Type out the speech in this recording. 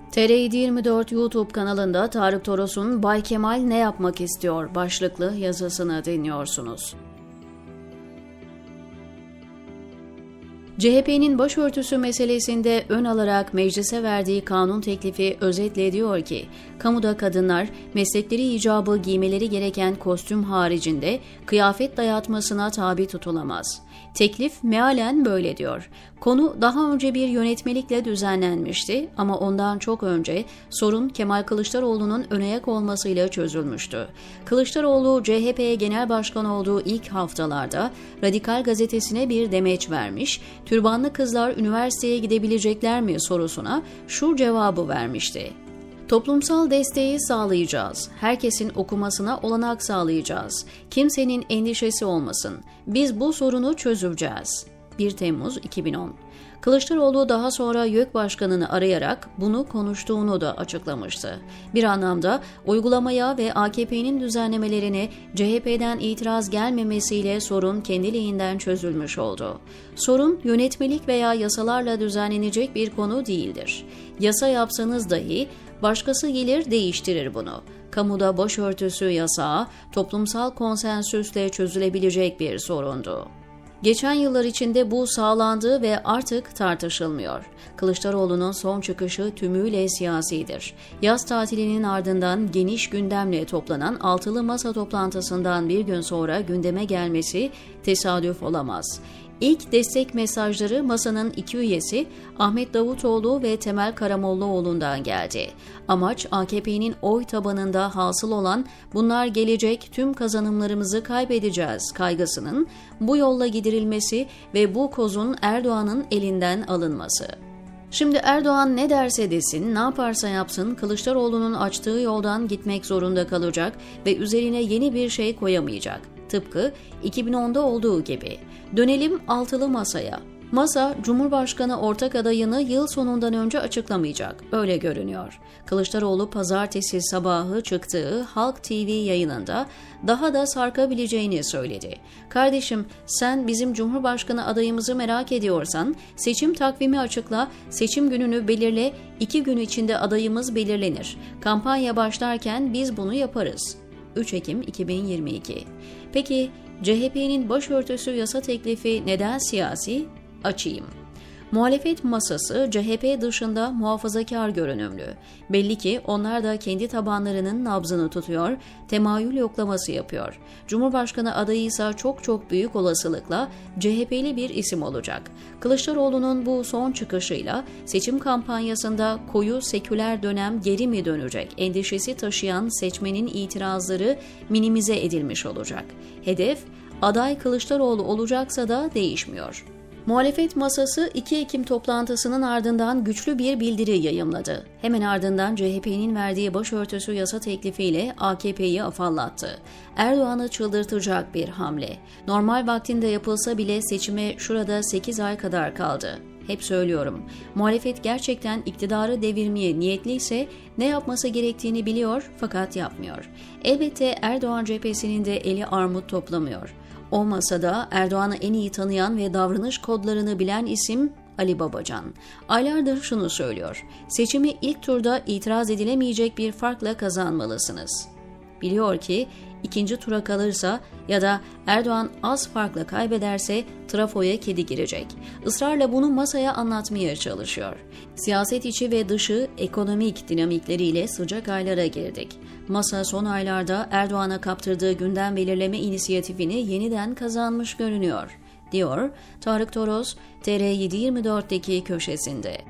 TR724 YouTube kanalında Tarık Toros'un Bay Kemal ne yapmak istiyor başlıklı yazısını dinliyorsunuz. CHP'nin başörtüsü meselesinde ön alarak meclise verdiği kanun teklifi özetle diyor ki, kamuda kadınlar meslekleri icabı giymeleri gereken kostüm haricinde kıyafet dayatmasına tabi tutulamaz. Teklif mealen böyle diyor. Konu daha önce bir yönetmelikle düzenlenmişti ama ondan çok önce sorun Kemal Kılıçdaroğlu'nun önayak olmasıyla çözülmüştü. Kılıçdaroğlu CHP'ye genel başkan olduğu ilk haftalarda Radikal gazetesine bir demeç vermiş, türbanlı kızlar üniversiteye gidebilecekler mi sorusuna şu cevabı vermişti. Toplumsal desteği sağlayacağız. Herkesin okumasına olanak sağlayacağız. Kimsenin endişesi olmasın. Biz bu sorunu çözeceğiz. 1 Temmuz 2010. Kılıçdaroğlu daha sonra YÖK Başkanı'nı arayarak bunu konuştuğunu da açıklamıştı. Bir anlamda uygulamaya ve AKP'nin düzenlemelerine CHP'den itiraz gelmemesiyle sorun kendiliğinden çözülmüş oldu. Sorun yönetmelik veya yasalarla düzenlenecek bir konu değildir. Yasa yapsanız dahi başkası gelir değiştirir bunu. Kamuda başörtüsü yasağı toplumsal konsensüsle çözülebilecek bir sorundu. Geçen yıllar içinde bu sağlandı ve artık tartışılmıyor. Kılıçdaroğlu'nun son çıkışı tümüyle siyasidir. Yaz tatilinin ardından geniş gündemle toplanan altılı masa toplantısından bir gün sonra gündeme gelmesi tesadüf olamaz. İlk destek mesajları masanın iki üyesi Ahmet Davutoğlu ve Temel Karamollaoğlu'ndan geldi. Amaç AKP'nin oy tabanında hasıl olan bunlar gelecek tüm kazanımlarımızı kaybedeceğiz kaygısının bu yolla giderilmesi ve bu kozun Erdoğan'ın elinden alınması. Şimdi Erdoğan ne derse desin, ne yaparsa yapsın Kılıçdaroğlu'nun açtığı yoldan gitmek zorunda kalacak ve üzerine yeni bir şey koyamayacak. Tıpkı 2010'da olduğu gibi. Dönelim altılı masaya. Masa, Cumhurbaşkanı ortak adayını yıl sonundan önce açıklamayacak. Öyle görünüyor. Kılıçdaroğlu pazartesi sabahı çıktığı Halk TV yayınında daha da sarkabileceğini söyledi. Kardeşim, sen bizim Cumhurbaşkanı adayımızı merak ediyorsan seçim takvimi açıkla, seçim gününü belirle, 2 gün içinde adayımız belirlenir. Kampanya başlarken biz bunu yaparız. 3 Ekim 2022. Peki CHP'nin başörtüsü yasa teklifi neden siyasi? Açayım. Muhalefet masası CHP dışında muhafazakar görünümlü. Belli ki onlar da kendi tabanlarının nabzını tutuyor, temayül yoklaması yapıyor. Cumhurbaşkanı adayı ise çok büyük olasılıkla CHP'li bir isim olacak. Kılıçdaroğlu'nun bu son çıkışıyla seçim kampanyasında koyu seküler dönem geri mi dönecek endişesi taşıyan seçmenin itirazları minimize edilmiş olacak. Hedef aday Kılıçdaroğlu olacaksa da değişmiyor. Muhalefet masası 2 Ekim toplantısının ardından güçlü bir bildiri yayımladı. Hemen ardından CHP'nin verdiği başörtüsü yasa teklifiyle AKP'yi afallattı. Erdoğan'ı çıldırtacak bir hamle. Normal vaktinde yapılsa bile seçime şurada 8 ay kadar kaldı. Hep söylüyorum, muhalefet gerçekten iktidarı devirmeye niyetliyse ne yapması gerektiğini biliyor fakat yapmıyor. Elbette Erdoğan cephesinin de eli armut toplamıyor. O masada Erdoğan'ı en iyi tanıyan ve davranış kodlarını bilen isim Ali Babacan. Aylardır şunu söylüyor, seçimi ilk turda itiraz edilemeyecek bir farkla kazanmalısınız. Biliyor ki ikinci tura kalırsa ya da Erdoğan az farkla kaybederse trafoya kedi girecek. Israrla bunu masaya anlatmaya çalışıyor. Siyaset içi ve dışı ekonomik dinamikleriyle sıcak aylara girdik. Masa son aylarda Erdoğan'a kaptırdığı gündem belirleme inisiyatifini yeniden kazanmış görünüyor, diyor Tarık Toros TR724'deki köşesinde.